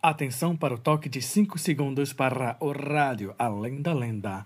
Atenção para o toque de 5 segundos para o rádio Além da Lenda.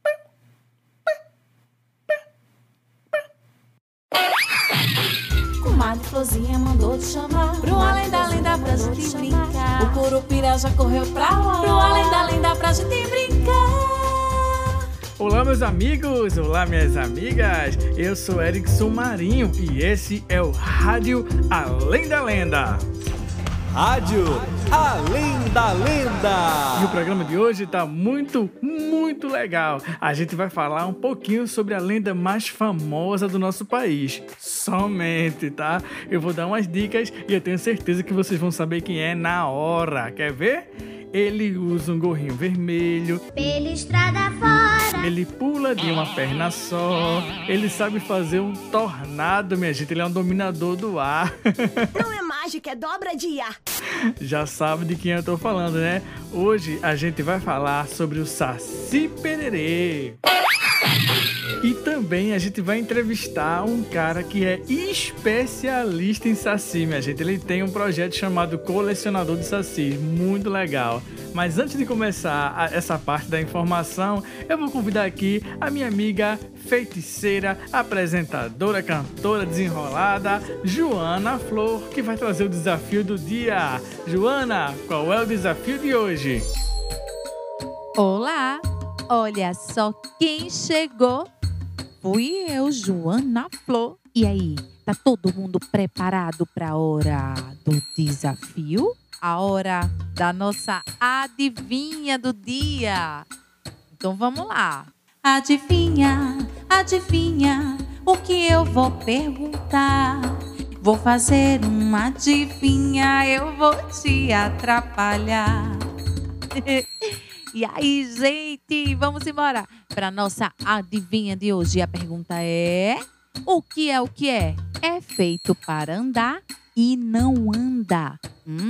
Comadre Florzinha mandou te chamar pro Além da Lenda pra gente brincar. O Curupira já correu pra lá pro Além da Lenda pra gente brincar. Olá, meus amigos! Olá, minhas amigas! Eu sou Erickson Marinho e esse é o Rádio Além da Lenda. Rádio Além da Lenda! E o programa de hoje tá muito legal. A gente vai falar um pouquinho sobre a lenda mais famosa do nosso país. Somente, tá? Eu vou dar umas dicas e eu tenho certeza que vocês vão saber quem é na hora. Quer ver? Ele usa um gorrinho vermelho. Pela estrada fora. Ele pula de uma perna só. Ele sabe fazer um tornado, minha gente. Ele é um dominador do ar. Não é mágica, é dobra de ar. Já sabe de quem eu tô falando, né? Hoje a gente vai falar sobre o Saci Pererê. E também a gente vai entrevistar um cara que é especialista em saci, minha gente. Ele tem um projeto chamado Colecionador de Sacis, muito legal. Mas antes de começar essa parte da informação, eu vou convidar aqui a minha amiga feiticeira, apresentadora, cantora desenrolada, Joana Flor, que vai trazer o desafio do dia. Joana, qual é o desafio de hoje? Olá! Olha só quem chegou. Fui eu, Joana Flor. E aí, tá todo mundo preparado para a hora do desafio? A hora da nossa adivinha do dia. Então vamos lá. Adivinha, adivinha o que eu vou perguntar. Vou fazer uma adivinha, eu vou te atrapalhar. E aí, gente, vamos embora para nossa adivinha de hoje. A pergunta é: o que é o que é? É feito para andar e não anda.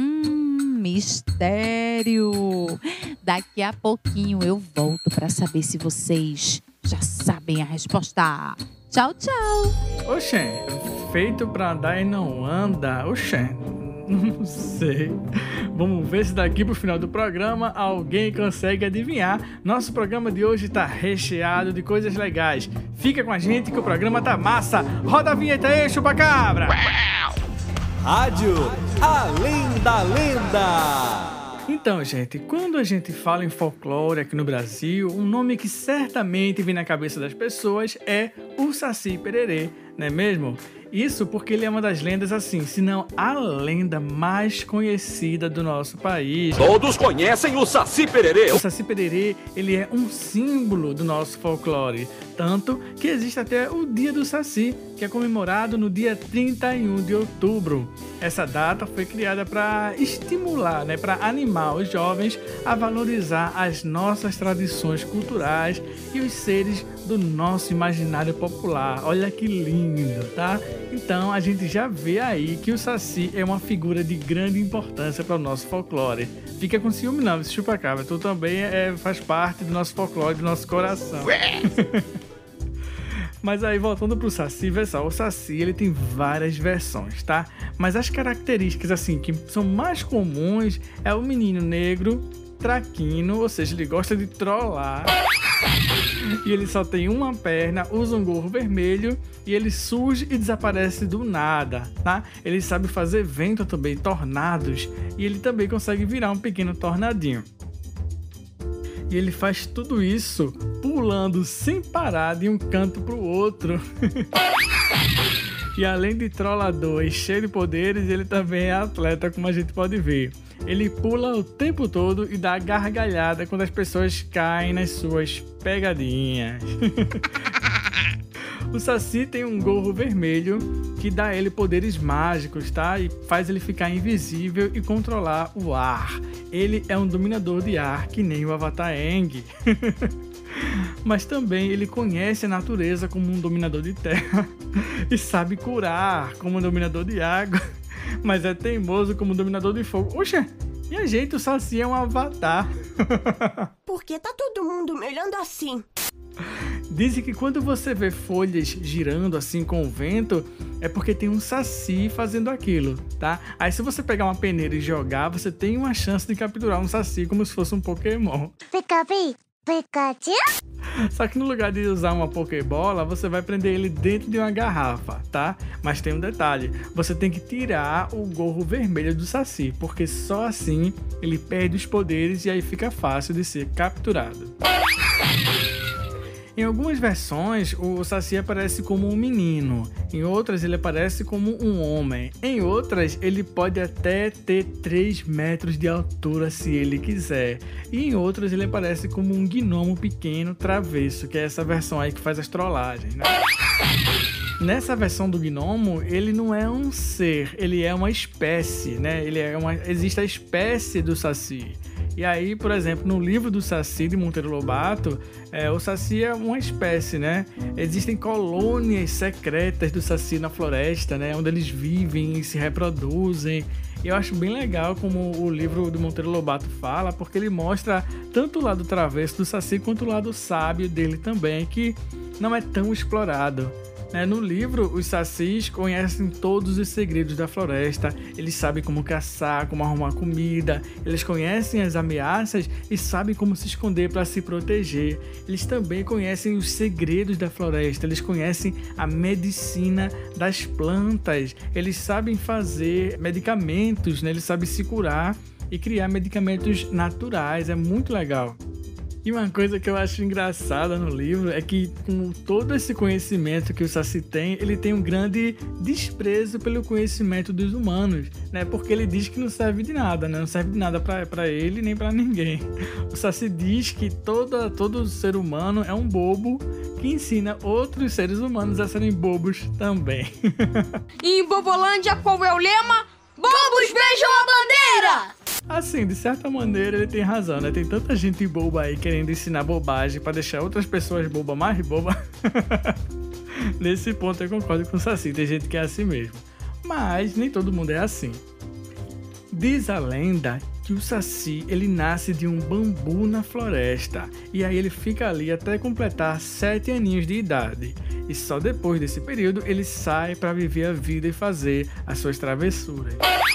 Mistério. Daqui a pouquinho eu volto para saber se vocês já sabem a resposta. Tchau, tchau. Oxê, feito para andar e não anda. Oxê. Não sei. Vamos ver se daqui pro final do programa alguém consegue adivinhar. Nosso programa de hoje tá recheado de coisas legais. Fica com a gente que o programa tá massa. Roda a vinheta aí, chupa-cabra! Rádio Além da Lenda! Então, gente, quando a gente fala em folclore aqui no Brasil, um nome que certamente vem na cabeça das pessoas é o Saci Pererê, não é mesmo? Isso porque ele é uma das lendas, assim, se não a lenda mais conhecida do nosso país. Todos conhecem o Saci Pererê. O Saci Pererê, ele é um símbolo do nosso folclore. Tanto que existe até o Dia do Saci, que é comemorado no dia 31 de outubro. Essa data foi criada para estimular, para animar os jovens a valorizar as nossas tradições culturais e os seres do nosso imaginário popular. Olha que lindo, tá? Então a gente já vê aí que o Saci é uma figura de grande importância para o nosso folclore. Fica com ciúme não, esse chupa-cabra. Tu também faz parte do nosso folclore, do nosso coração. Mas aí, voltando pro Saci, vê só, o Saci, ele tem várias versões, tá? Mas as características, assim, que são mais comuns é o menino negro, traquino, ou seja, ele gosta de trollar. E ele só tem uma perna, usa um gorro vermelho e ele surge e desaparece do nada, tá? Ele sabe fazer vento também, tornados, e ele também consegue virar um pequeno tornadinho. E ele faz tudo isso pulando sem parar de um canto pro outro. E além de trollador e cheio de poderes, ele também é atleta, como a gente pode ver. Ele pula o tempo todo e dá gargalhada quando as pessoas caem nas suas pegadinhas. O Saci tem um gorro vermelho que dá a ele poderes mágicos, tá? E faz ele ficar invisível e controlar o ar. Ele é um dominador de ar, que nem o Avatar Aang. Mas também ele conhece a natureza como um dominador de terra e sabe curar como um dominador de água, mas é teimoso como um dominador de fogo. Oxe, e a gente, o Saci é um avatar. Por que tá todo mundo me olhando assim? Dizem que quando você vê folhas girando assim com o vento, é porque tem um saci fazendo aquilo, tá? Aí se você pegar uma peneira e jogar, você tem uma chance de capturar um saci como se fosse um Pokémon. Pikachu? Só que no lugar de usar uma Pokébola, você vai prender ele dentro de uma garrafa, tá? Mas tem um detalhe, você tem que tirar o gorro vermelho do saci, porque só assim ele perde os poderes e aí fica fácil de ser capturado. Em algumas versões, o saci aparece como um menino, em outras ele aparece como um homem, em outras ele pode até ter 3 metros de altura se ele quiser, e em outras ele aparece como um gnomo pequeno travesso, que é essa versão aí que faz as trollagens, né? Nessa versão do gnomo, ele não é um ser, ele é uma espécie, né? Existe a espécie do saci. E aí, por exemplo, no livro do Saci de Monteiro Lobato, o saci é uma espécie, né? Existem colônias secretas do saci na floresta, né? Onde eles vivem e se reproduzem. Eu acho bem legal como o livro do Monteiro Lobato fala, porque ele mostra tanto o lado travesso do saci quanto o lado sábio dele também, que não é tão explorado. No livro, os sacis conhecem todos os segredos da floresta, eles sabem como caçar, como arrumar comida, eles conhecem as ameaças e sabem como se esconder para se proteger. Eles também conhecem os segredos da floresta, eles conhecem a medicina das plantas, eles sabem fazer medicamentos, né? Eles sabem se curar e criar medicamentos naturais, é muito legal. E uma coisa que eu acho engraçada no livro é que, com todo esse conhecimento que o saci tem, ele tem um grande desprezo pelo conhecimento dos humanos, né? Porque ele diz que não serve de nada, né? Não serve de nada pra ele nem pra ninguém. O saci diz que todo ser humano é um bobo que ensina outros seres humanos a serem bobos também. E em Bobolândia, qual é o lema? Bobos beijam a bandeira! Assim, de certa maneira ele tem razão, né? Tem tanta gente boba aí querendo ensinar bobagem pra deixar outras pessoas bobas mais bobas. Nesse ponto eu concordo com o Saci, tem gente que é assim mesmo. Mas nem todo mundo é assim. Diz a lenda que o Saci, ele nasce de um bambu na floresta. E aí ele fica ali até completar 7 aninhos de idade. E só depois desse período ele sai para viver a vida e fazer as suas travessuras.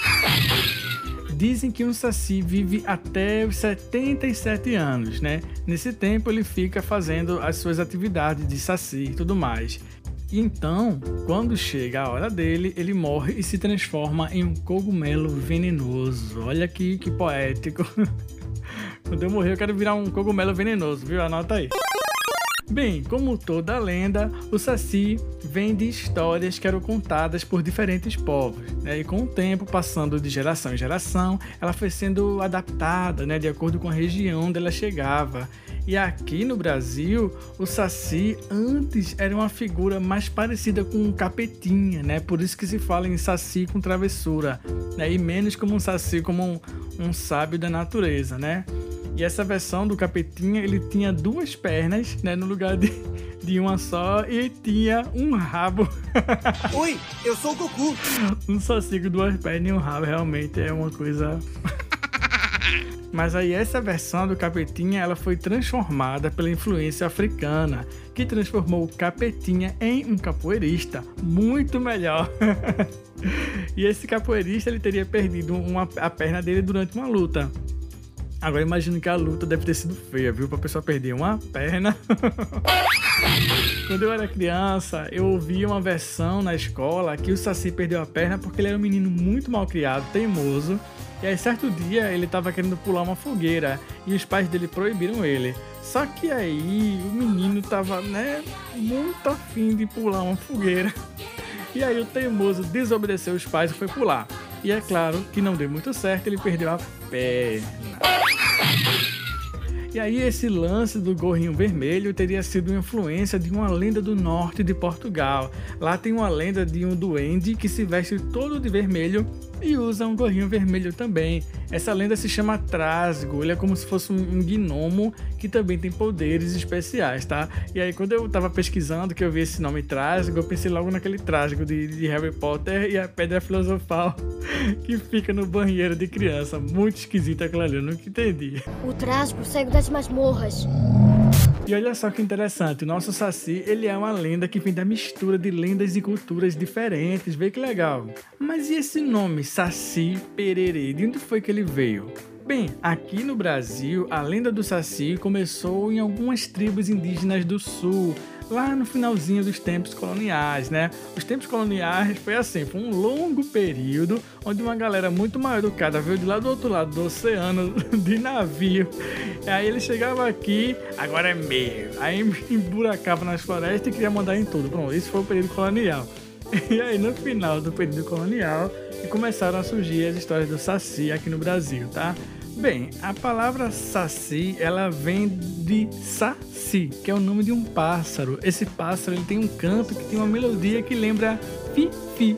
Dizem que um saci vive até os 77 anos, né? Nesse tempo ele fica fazendo as suas atividades de saci e tudo mais. E então, quando chega a hora dele, ele morre e se transforma em um cogumelo venenoso. Olha que poético. Quando eu morrer eu quero virar um cogumelo venenoso, viu? Anota aí. Bem, como toda lenda, o Saci vem de histórias que eram contadas por diferentes povos, né? E com o tempo, passando de geração em geração, ela foi sendo adaptada, né? De acordo com a região onde ela chegava. E aqui no Brasil, o Saci antes era uma figura mais parecida com um capetinha, né? Por isso que se fala em Saci com travessura, né? E menos como um Saci como um sábio da natureza, né? E essa versão do capetinha, ele tinha 2 pernas, né, no lugar de uma só, e tinha um rabo. Oi, eu sou o Goku. Um saci com 2 pernas e um rabo, realmente é uma coisa... Mas aí essa versão do capetinha, ela foi transformada pela influência africana, que transformou o capetinha em um capoeirista muito melhor. E esse capoeirista, ele teria perdido a perna dele durante uma luta. Agora imagino que a luta deve ter sido feia, viu? Pra pessoa perder uma perna. Quando eu era criança, eu ouvi uma versão na escola que o Saci perdeu a perna porque ele era um menino muito mal criado, teimoso. E aí certo dia ele tava querendo pular uma fogueira e os pais dele proibiram ele. Só que aí o menino tava, né, muito afim de pular uma fogueira. E aí o teimoso desobedeceu os pais e foi pular. E é claro que não deu muito certo, ele perdeu a perna. E aí esse lance do gorrinho vermelho teria sido uma influência de uma lenda do norte de Portugal. Lá tem uma lenda de um duende que se veste todo de vermelho e usa um gorrinho vermelho também. Essa lenda se chama Trasgo, ele é como se fosse um gnomo que também tem poderes especiais, tá? E aí quando eu tava pesquisando, que eu vi esse nome Trasgo, eu pensei logo naquele Trasgo de Harry Potter e a Pedra Filosofal que fica no banheiro de criança. Muito esquisito aquilo ali, eu nunca entendi. O Trasgo segue das masmorras. E olha só que interessante, o nosso Saci, ele é uma lenda que vem da mistura de lendas e culturas diferentes, vê que legal. Mas e esse nome, Saci Pererê, de onde foi que ele veio? Bem, aqui no Brasil, a lenda do Saci começou em algumas tribos indígenas do sul, lá no finalzinho dos tempos coloniais, né? Os tempos coloniais foi assim, foi um longo período onde uma galera muito mal educada veio de lá do outro lado do oceano, de navio. E aí ele chegava aqui, agora é meu. Aí emburacava nas florestas e queria mandar em tudo. Pronto, esse foi o período colonial. E aí no final do período colonial começaram a surgir as histórias do Saci aqui no Brasil, tá? Bem, a palavra Saci, ela vem de Saci, que é o nome de um pássaro. Esse pássaro, ele tem um canto que tem uma melodia que lembra Fi-Fi.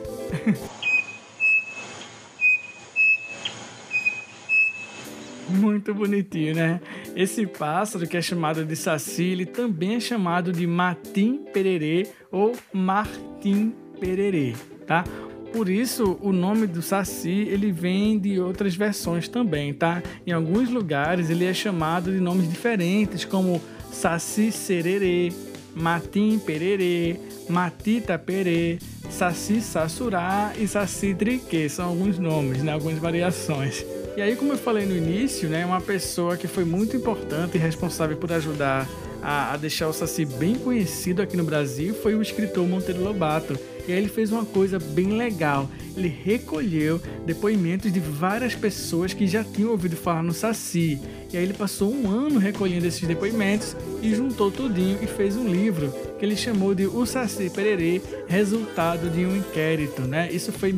Muito bonitinho, né? Esse pássaro que é chamado de Saci, ele também é chamado de Matim Pererê ou Martim Pererê, tá? Por isso, o nome do Saci, ele vem de outras versões também, tá? Em alguns lugares, ele é chamado de nomes diferentes, como Saci Sererê, Matim Pererê, Matita Perê, Saci Sassurá e Saci Triquê. São alguns nomes, né? Algumas variações. E aí, como eu falei no início, né? Uma pessoa que foi muito importante e responsável por ajudar a deixar o Saci bem conhecido aqui no Brasil foi o escritor Monteiro Lobato. E aí ele fez uma coisa bem legal, ele recolheu depoimentos de várias pessoas que já tinham ouvido falar no Saci. E aí ele passou um ano recolhendo esses depoimentos e juntou tudinho e fez um livro que ele chamou de O Saci Pererê, resultado de um inquérito, né? Isso foi em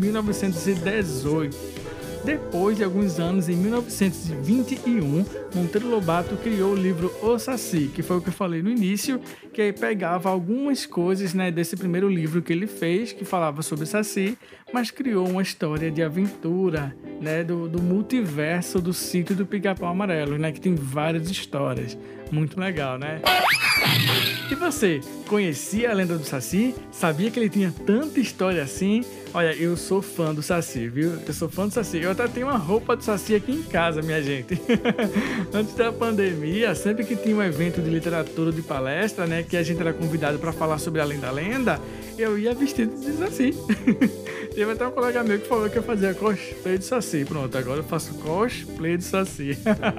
1918. Depois de alguns anos, em 1921, Monteiro Lobato criou o livro O Saci, que foi o que eu falei no início, que aí pegava algumas coisas, né, desse primeiro livro que ele fez, que falava sobre Saci, mas criou uma história de aventura, né, do multiverso do Sítio do Pica-Pau Amarelo, né, que tem várias histórias. Muito legal, né? E você, conhecia a lenda do Saci? Sabia que ele tinha tanta história assim? Olha, eu sou fã do Saci, viu? Eu sou fã do Saci. Eu até tenho uma roupa do Saci aqui em casa, minha gente. Antes da pandemia, sempre que tinha um evento de literatura, de palestra, né, que a gente era convidado para falar sobre além da lenda, eu ia vestido de Saci. Teve até um colega meu que falou que eu fazia cosplay de Saci. Pronto, agora eu faço cosplay de Saci.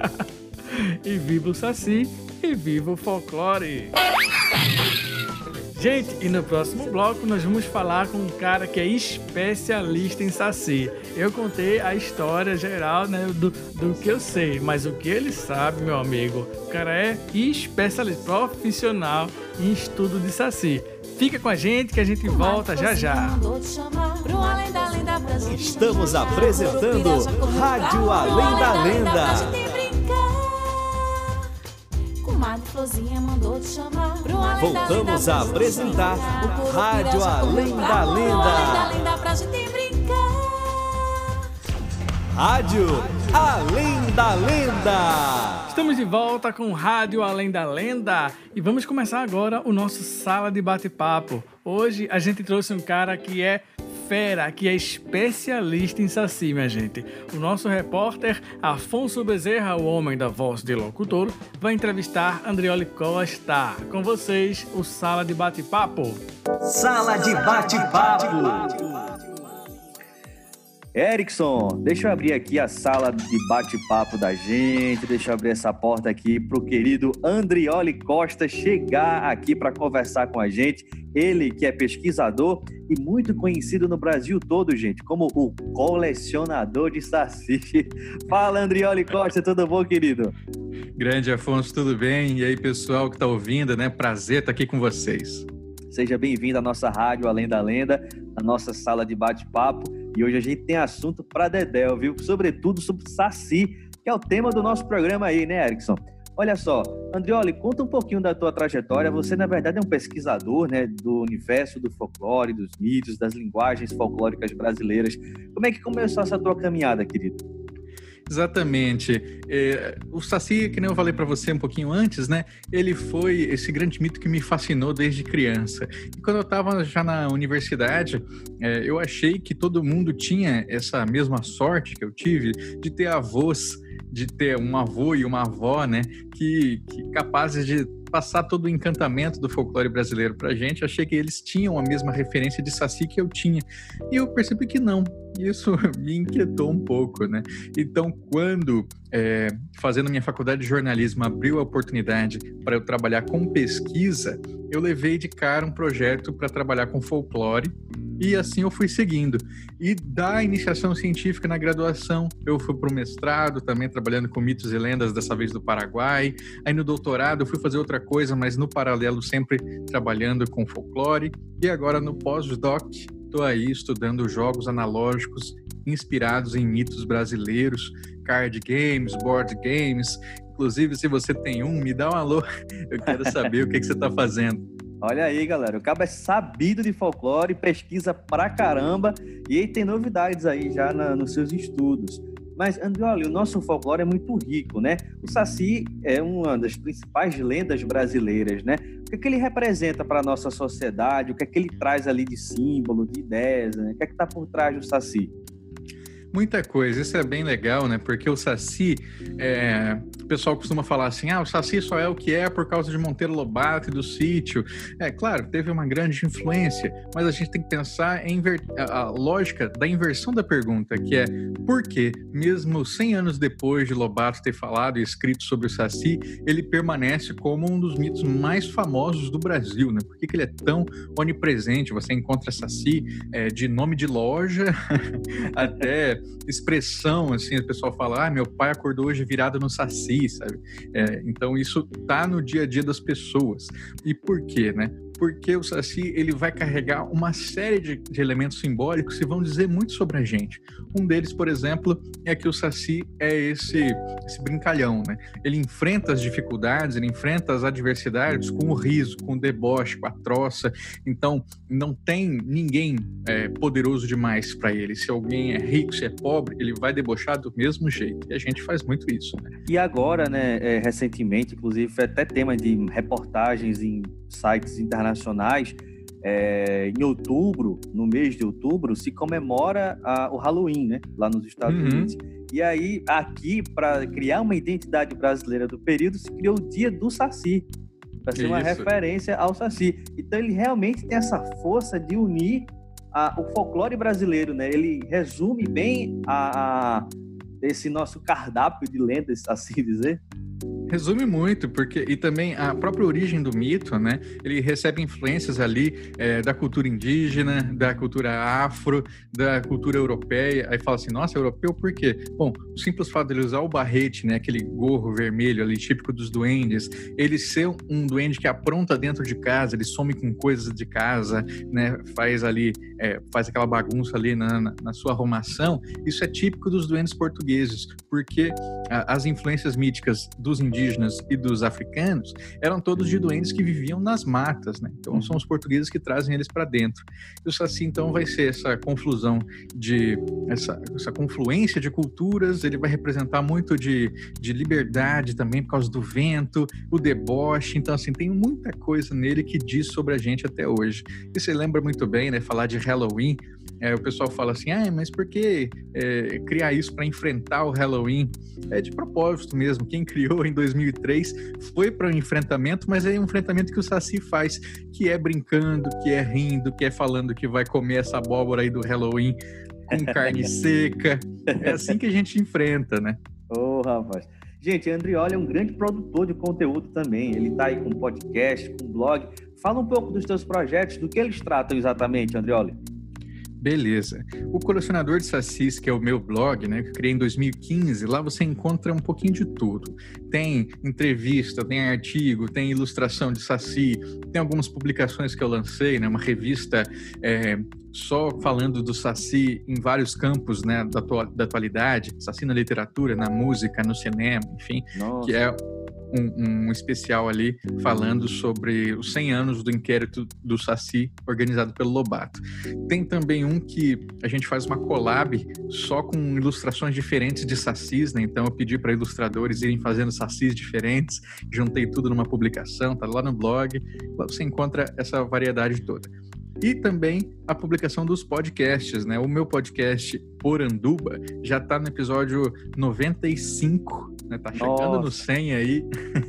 E viva o Saci e viva o folclore! Gente, e no próximo bloco nós vamos falar com um cara que é especialista em Saci. Eu contei a história geral, né, do que eu sei, mas o que ele sabe, meu amigo, o cara é especialista, profissional em estudo de Saci. Fica com a gente que a gente volta já já. Estamos apresentando Rádio Além da Lenda. Voltamos a apresentar Rádio Além da Lenda. Rádio Além da Lenda. Estamos de volta com Rádio Além da Lenda e vamos começar agora o nosso Sala de Bate-Papo. Hoje a gente trouxe um cara que é fera, que é especialista em Saci, minha gente. O nosso repórter Afonso Bezerra, o homem da voz de locutor, vai entrevistar Andrioli Costa. Com vocês, o Sala de Bate-Papo. Sala de Bate-Papo. Erickson, deixa eu abrir aqui a sala de bate-papo da gente, deixa eu abrir essa porta aqui pro querido Andrioli Costa chegar aqui para conversar com a gente. Ele que é pesquisador e muito conhecido no Brasil todo, gente, como o colecionador de Saci. Fala, Andrioli Costa, tudo bom, querido? Grande Afonso, tudo bem? E aí, pessoal que tá ouvindo, né? Prazer estar aqui com vocês. Seja bem-vindo à nossa Rádio Além da Lenda, à nossa sala de bate-papo. E hoje a gente tem assunto para dedéu, viu? Sobretudo sobre Saci, que é o tema do nosso programa aí, né, Erickson? Olha só, Andrioli, conta um pouquinho da tua trajetória. Você, na verdade, é um pesquisador, né, do universo do folclore, dos mitos, das linguagens folclóricas brasileiras. Como é que começou essa tua caminhada, querido? Exatamente. O Saci, que nem eu falei para você um pouquinho antes, né? Ele foi esse grande mito que me fascinou desde criança. E quando eu estava já na universidade, eu achei que todo mundo tinha essa mesma sorte que eu tive de ter avós, de ter um avô e uma avó, né? Que capazes de passar todo o encantamento do folclore brasileiro pra gente. Achei que eles tinham a mesma referência de Saci que eu tinha. E eu percebi que não. Isso me inquietou um pouco, né? Então, quando, fazendo minha faculdade de jornalismo, abriu a oportunidade para eu trabalhar com pesquisa, eu levei de cara um projeto para trabalhar com folclore. E assim eu fui seguindo. E da iniciação científica na graduação, eu fui para o mestrado, também trabalhando com mitos e lendas, dessa vez do Paraguai. Aí no doutorado eu fui fazer outra coisa, mas no paralelo sempre trabalhando com folclore. E agora no pós-doc, estou aí estudando jogos analógicos inspirados em mitos brasileiros, card games, board games. Inclusive, se você tem um, me dá um alô. Eu quero saber o que você está fazendo. Olha aí, galera, o cabo é sabido de folclore, pesquisa pra caramba e aí tem novidades aí já nos seus estudos. Mas, Andrioli, o nosso folclore é muito rico, né? O Saci é uma das principais lendas brasileiras, né? O que ele representa para a nossa sociedade? O que é que ele traz ali de símbolo, de ideias, né? O que é que está por trás do Saci? Muita coisa, isso é bem legal, né? Porque o Saci, o pessoal costuma falar assim, o Saci só é o que é por causa de Monteiro Lobato e do sítio. Claro, teve uma grande influência, mas a gente tem que pensar em a lógica da inversão da pergunta, que é por que, mesmo 100 anos depois de Lobato ter falado e escrito sobre o Saci, ele permanece como um dos mitos mais famosos do Brasil, né? Por que ele é tão onipresente? Você encontra Saci de nome de loja até expressão, assim, o pessoal fala, meu pai acordou hoje virado no Saci, sabe? Então isso tá no dia a dia das pessoas. E por quê, né? Porque o Saci, ele vai carregar uma série de elementos simbólicos que vão dizer muito sobre a gente. Um deles, por exemplo, é que o Saci é esse brincalhão, né? Ele enfrenta as dificuldades, ele enfrenta as adversidades com o riso, com o deboche, com a troça. Então, não tem ninguém poderoso demais para ele. Se alguém é rico, se é pobre, ele vai debochar do mesmo jeito. E a gente faz muito isso, né? E agora, né, recentemente, inclusive, foi até tema de reportagens em sites internacionais, em outubro, no mês de outubro, se comemora o Halloween, né, lá nos Estados Unidos. E aí, aqui, para criar uma identidade brasileira do período, se criou o Dia do Saci, para ser uma referência ao Saci. Então, ele realmente tem essa força de unir o folclore brasileiro, né? Ele resume bem esse nosso cardápio de lendas, assim dizer. Resume muito, e também a própria origem do mito, né? Ele recebe influências ali da cultura indígena, da cultura afro, da cultura europeia. Aí fala assim, nossa, europeu por quê? Bom, o simples fato dele usar o barrete, né? Aquele gorro vermelho ali, típico dos duendes, ele ser um duende que apronta dentro de casa, ele some com coisas de casa, né? Faz ali, faz aquela bagunça ali na sua arrumação. Isso é típico dos duendes portugueses, porque as influências míticas dos indígenas e dos africanos eram todos de duendes que viviam nas matas, né? Então são os portugueses que trazem eles para dentro. E o Saci então vai ser essa confusão essa confluência de culturas. Ele vai representar muito de liberdade também por causa do vento, o deboche. Então assim, tem muita coisa nele que diz sobre a gente até hoje. E você lembra muito bem, né? Falar de Halloween, o pessoal fala assim, mas por que criar isso para enfrentar o Halloween? É de propósito mesmo. Quem criou em 2003 foi para o enfrentamento, mas é um enfrentamento que o Saci faz, que é brincando, que é rindo, que é falando que vai comer essa abóbora aí do Halloween com carne seca. É assim que a gente enfrenta, né? Rapaz. Gente, Andrioli é um grande produtor de conteúdo também. Ele tá aí com podcast, com blog. Fala um pouco dos teus projetos, do que eles tratam exatamente, Andrioli. Beleza. O Colecionador de Sacis, que é o meu blog, né, que eu criei em 2015, lá você encontra um pouquinho de tudo. Tem entrevista, tem artigo, tem ilustração de Saci, tem algumas publicações que eu lancei, né, uma revista só falando do Saci em vários campos, né, da atualidade, Saci na literatura, na música, no cinema, enfim, Nossa. Que é um especial ali falando sobre os 100 anos do inquérito do Saci organizado pelo Lobato. Tem também um que a gente faz uma collab só com ilustrações diferentes de Sacis, né? Então eu pedi para ilustradores irem fazendo Sacis diferentes, juntei tudo numa publicação, tá lá no blog, lá você encontra essa variedade toda. E também a publicação dos podcasts, né? O meu podcast Poranduba já está no episódio 95, né? Tá chegando no 100 aí.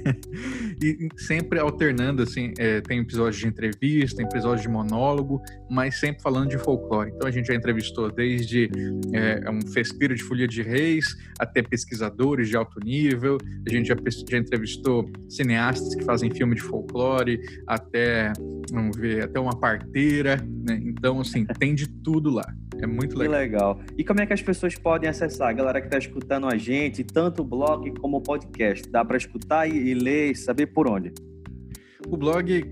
E sempre alternando, assim, tem episódio de entrevista, tem episódio de monólogo, mas sempre falando de folclore. Então a gente já entrevistou desde um festeiro de Folia de Reis até pesquisadores de alto nível, a gente já entrevistou cineastas que fazem filme de folclore, até uma parteira, né? Então, assim, tem de tudo lá. É muito legal. Que legal. E como é que as pessoas podem acessar? A galera que está escutando a gente, tanto o blog como o podcast, dá para escutar e ler e saber por onde? O blog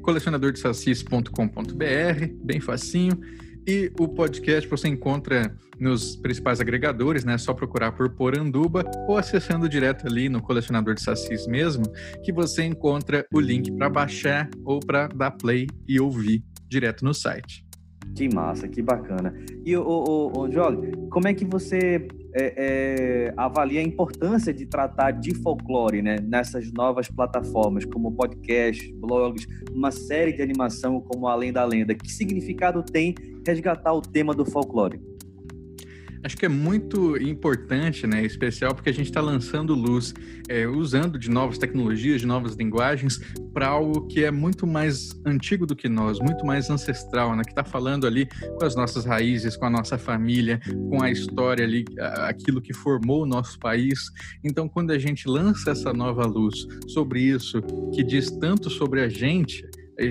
colecionadordesacis.com.br, bem facinho. E o podcast você encontra nos principais agregadores, né? É só procurar por Poranduba ou acessando direto ali no Colecionador de Sacis mesmo, que você encontra o link para baixar ou para dar play e ouvir direto no site. Que massa, que bacana. E, Jolly, como é que você avalia a importância de tratar de folclore, né, nessas novas plataformas, como podcast, blogs, uma série de animação como Além da Lenda? Que significado tem resgatar o tema do folclore? Acho que é muito importante, né, especial porque a gente está lançando luz, usando de novas tecnologias, de novas linguagens, para algo que é muito mais antigo do que nós, muito mais ancestral, né, que está falando ali com as nossas raízes, com a nossa família, com a história ali, aquilo que formou o nosso país. Então, quando a gente lança essa nova luz sobre isso, que diz tanto sobre a gente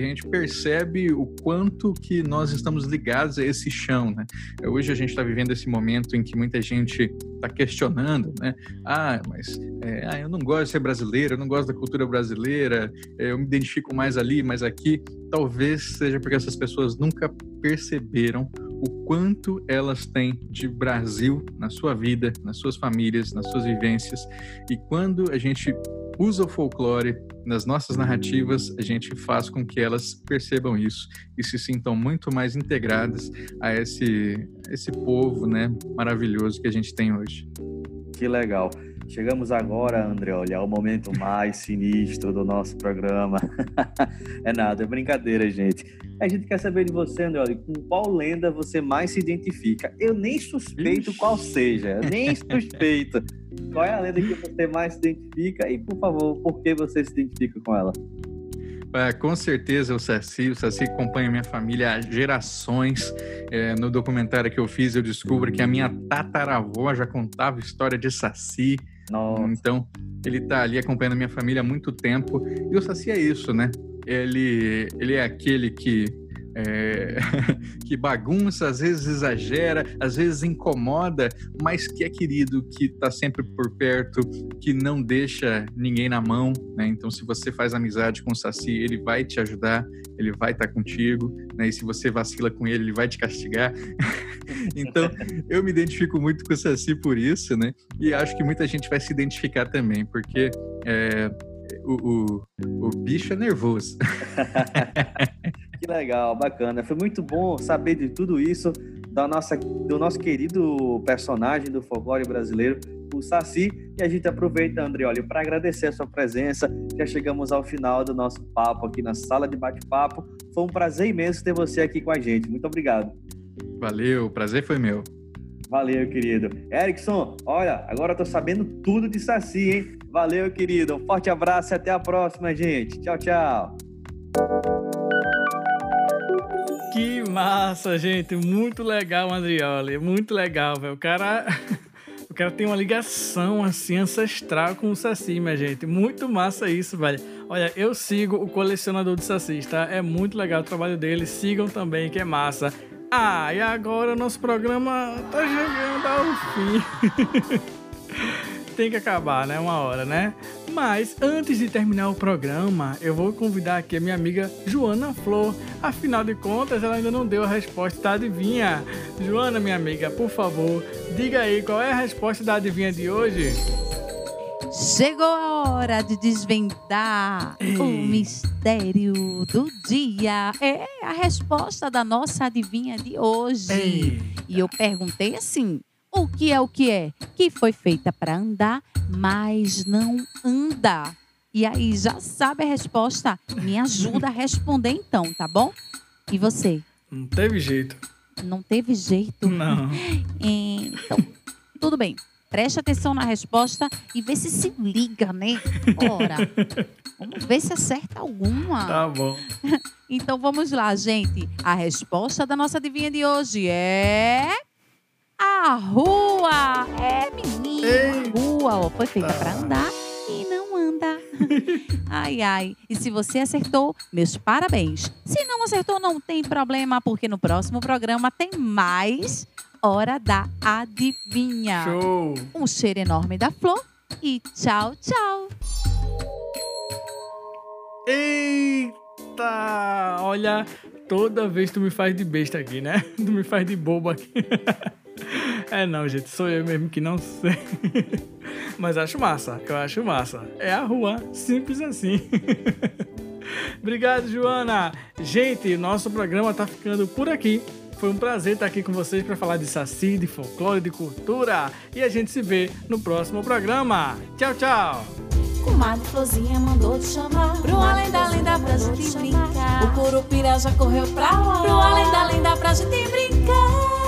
percebe o quanto que nós estamos ligados a esse chão, né? Hoje a gente está vivendo esse momento em que muita gente está questionando, né? Eu não gosto de ser brasileiro, eu não gosto da cultura brasileira, eu me identifico mais ali, mais aqui. Talvez seja porque essas pessoas nunca perceberam o quanto elas têm de Brasil na sua vida, nas suas famílias, nas suas vivências. E quando a gente usa o folclore nas nossas narrativas, a gente faz com que elas percebam isso e se sintam muito mais integradas a esse povo, né, maravilhoso que a gente tem hoje. Que legal. Chegamos agora, Andreoli, ao momento mais sinistro do nosso programa. É nada, é brincadeira, gente. A gente quer saber de você, Andreoli, com qual lenda você mais se identifica? Eu nem suspeito qual seja, nem suspeito. Qual é a lenda que você mais se identifica e, por favor, por que você se identifica com ela? Com certeza o Saci acompanha minha família há gerações. No documentário que eu fiz, eu descubro que a minha tataravó já contava história de Saci. Nossa. Então, ele tá ali acompanhando a minha família há muito tempo. E o Saci é isso, né? Ele é aquele que bagunça, às vezes exagera, às vezes incomoda, mas que é querido, que está sempre por perto, que não deixa ninguém na mão, né? Então, se você faz amizade com o Saci, ele vai te ajudar, ele vai estar contigo, né? E se você vacila com ele, ele vai te castigar. Então, eu me identifico muito com o Saci por isso, né? E acho que muita gente vai se identificar também, porque o bicho é nervoso. Que legal, bacana. Foi muito bom saber de tudo isso do nosso querido personagem do folclore brasileiro, o Saci. E a gente aproveita, Andreoli, para agradecer a sua presença. Já chegamos ao final do nosso papo aqui na Sala de Bate-Papo. Foi um prazer imenso ter você aqui com a gente. Muito obrigado. Valeu, o prazer foi meu. Valeu, querido. Erickson, olha, agora eu tô sabendo tudo de Saci, hein? Valeu, querido. Um forte abraço e até a próxima, gente. Tchau, tchau. Que massa, gente. Muito legal, Andreoli. Muito legal, velho. O cara tem uma ligação, assim, ancestral com o Saci, minha gente. Muito massa isso, velho. Olha, eu sigo o Colecionador de Sacis, tá? É muito legal o trabalho dele. Sigam também, que é massa. E agora o nosso programa tá chegando ao fim. Tem que acabar, né? Uma hora, né? Mas antes de terminar o programa, eu vou convidar aqui a minha amiga Joana Flor. Afinal de contas, ela ainda não deu a resposta da adivinha. Joana, minha amiga, por favor, diga aí qual é a resposta da adivinha de hoje. Chegou a hora de desvendar o mistério do dia. É a resposta da nossa adivinha de hoje. E eu perguntei assim: o que é? Que foi feita para andar, mas não anda. E aí, já sabe a resposta? Me ajuda a responder então, tá bom? E você? Não teve jeito. Não teve jeito? Não. Então, tudo bem. Preste atenção na resposta e vê se liga, né? Ora, vamos ver se acerta alguma. Tá bom. Então vamos lá, gente. A resposta da nossa adivinha de hoje é... a rua. É, menino. Ei. A rua, ó, foi feita pra andar e não anda. Ai, ai. E se você acertou, meus parabéns. Se não acertou, não tem problema, porque no próximo programa tem mais Hora da Adivinha. Show. Um cheiro enorme da Flor e tchau, tchau. Eita! Olha, toda vez tu me faz de besta aqui, né? Tu me faz de bobo aqui. É não, gente, sou eu mesmo que não sei. Mas acho massa, eu acho massa. É a rua, simples assim. Obrigado, Joana. Gente, nosso programa tá ficando por aqui. Foi um prazer estar aqui com vocês para falar de Saci, de folclore, de cultura. E a gente se vê no próximo programa. Tchau, tchau. Comadre Florzinha mandou te chamar pro além da lenda pra gente brincar. O Curupira já correu pra lá pro além da lenda pra gente brincar.